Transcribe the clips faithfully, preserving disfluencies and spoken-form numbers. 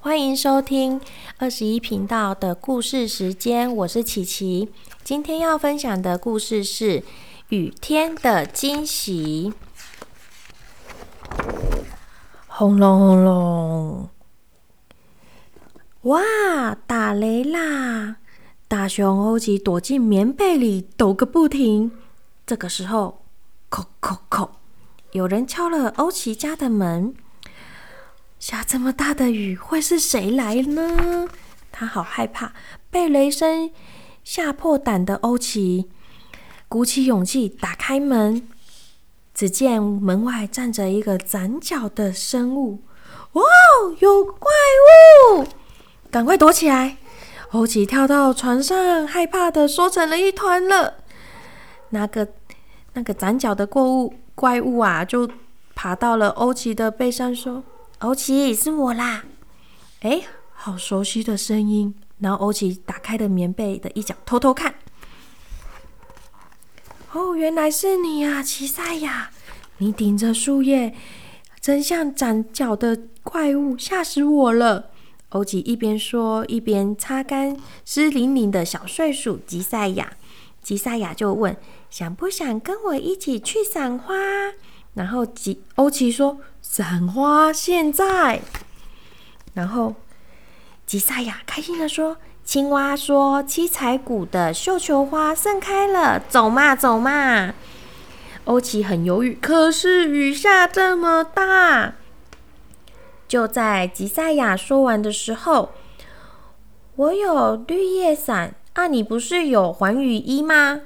欢迎收听二十一频道的故事时间，我是琪琪。今天要分享的故事是雨天的惊喜。轰隆轰隆，哇，打雷啦！大熊欧吉躲进棉被里抖个不停。这个时候，叩叩叩，有人敲了欧奇家的门。下这么大的雨，会是谁来呢？他好害怕，被雷声吓破胆的欧奇鼓起勇气打开门，只见门外站着一个长脚的生物。哇，有怪物！赶快躲起来！欧奇跳到床上，害怕的缩成了一团了。那个那个长脚的怪物怪物啊，就爬到了欧奇的背上，说：“欧奇，是我啦！”哎，好熟悉的声音。然后欧奇打开了棉被的一角，偷偷看。哦，原来是你啊，奇赛亚！你顶着树叶，真像长脚的怪物，吓死我了。欧奇一边说，一边擦干湿淋淋的小睡鼠吉赛亚。吉赛亚就问：“想不想跟我一起去赏花？”然后吉欧奇说：“赏花现在。”然后吉赛亚开心的说：“青蛙说七彩谷的绣球花盛开了，走嘛走嘛。”欧奇很犹豫，可是雨下这么大。就在吉赛亚说完的时候，我有绿叶伞啊，你不是有环雨衣吗？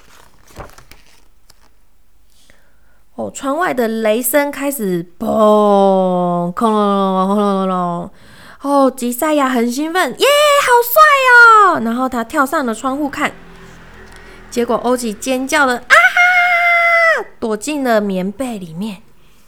哦，窗外的雷声开始嘣，轰隆轰隆隆。哦，吉赛亚很兴奋，耶，好帅哦！然后他跳上了窗户看，结果欧奇尖叫了啊哈，躲进了棉被里面。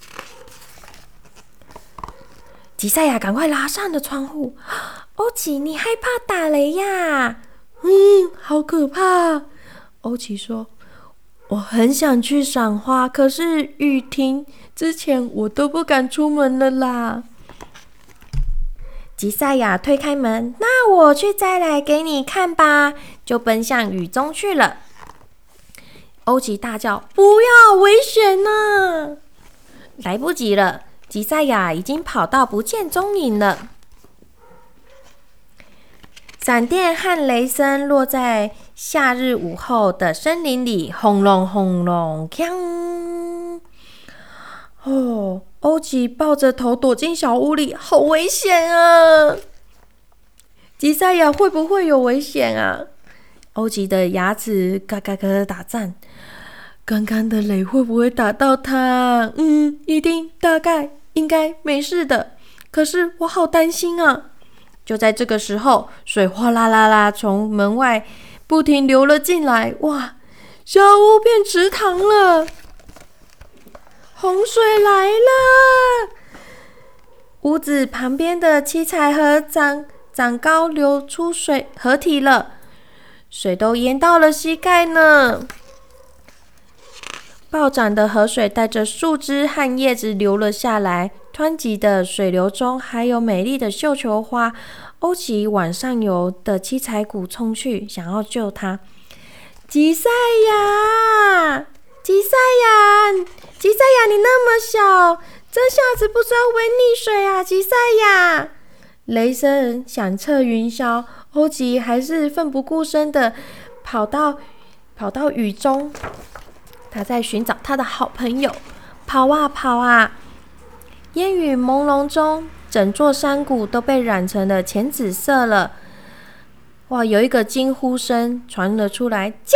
吉赛亚赶快拉上了窗户。欧奇，你害怕打雷呀？嗯，好可怕。欧奇说：“我很想去赏花，可是雨停之前我都不敢出门了啦。”吉赛亚推开门，那我去摘来给你看吧，就奔向雨中去了。欧奇大叫：“不要，危险啊！”来不及了，吉赛亚已经跑到不见踪影了。闪电和雷声落在夏日午后的森林里，轰隆轰隆，锵！哦，欧奇抱着头躲进小屋里，好危险啊！吉赛亚会不会有危险啊？欧奇的牙齿嘎嘎嘎打颤，刚刚的雷会不会打到他？嗯，一定，大概，应该没事的。可是我好担心啊！就在这个时候，水哗啦啦啦从门外不停流了进来，哇，小屋变池塘了，洪水来了！屋子旁边的七彩河长长高，流出水合体了，水都淹到了膝盖呢。暴涨的河水带着树枝和叶子流了下来，湍急的水流中还有美丽的绣球花。欧奇往上游的七彩谷冲去，想要救他。吉赛亚，吉赛亚，吉赛亚，你那么小，这下子不知道会溺水啊！吉赛亚，雷声响彻云霄，欧奇还是奋不顾身的跑到跑到雨中。他在寻找他的好朋友，跑啊跑啊，烟雨朦胧中，整座山谷都被染成了浅紫色了。哇，有一个惊呼声传了出来，救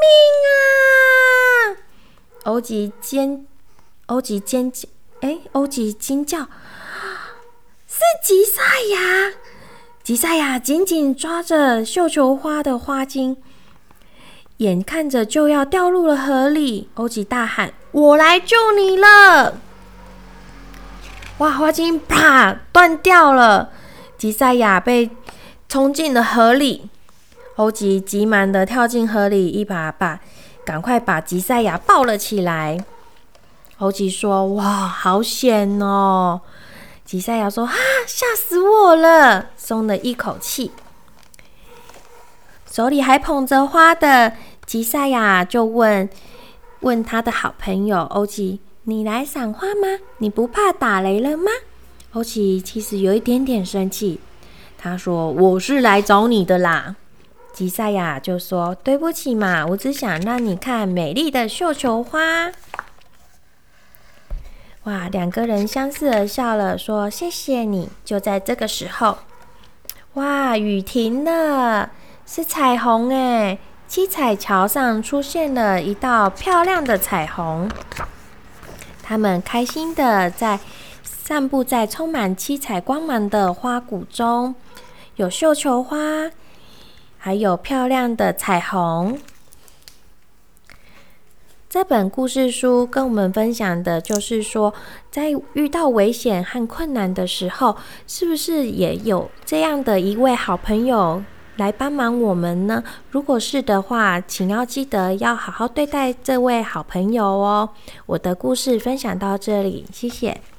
命啊！欧吉尖，欧吉尖叫，哎，欧吉惊叫，是吉赛亚！吉赛亚紧紧抓着绣球花的花茎，眼看着就要掉入了河里，欧吉大喊：“我来救你了！”哇，花茎啪断掉了，吉赛亚被冲进了河里。欧吉急忙的跳进河里，一把把赶快把吉赛亚抱了起来。欧吉说：“哇，好险哦！ 吉赛亚说：“啊，吓死我了！”松了一口气。手里还捧着花的吉赛亚就问问他的好朋友欧吉：“你来赏花吗？你不怕打雷了吗？”欧吉其实有一点点生气，他说：“我是来找你的啦。”吉赛亚就说：“对不起嘛，我只想让你看美丽的绣球花。”哇，两个人相视而笑了，说：“谢谢你。”就在这个时候，哇，雨停了，是彩虹耶！七彩桥上出现了一道漂亮的彩虹。他们开心的在散步在充满七彩光芒的花谷中，有绣球花，还有漂亮的彩虹。这本故事书跟我们分享的就是说，在遇到危险和困难的时候，是不是也有这样的一位好朋友来帮忙我们呢？如果是的话，请要记得要好好对待这位好朋友哦。我的故事分享到这里，谢谢。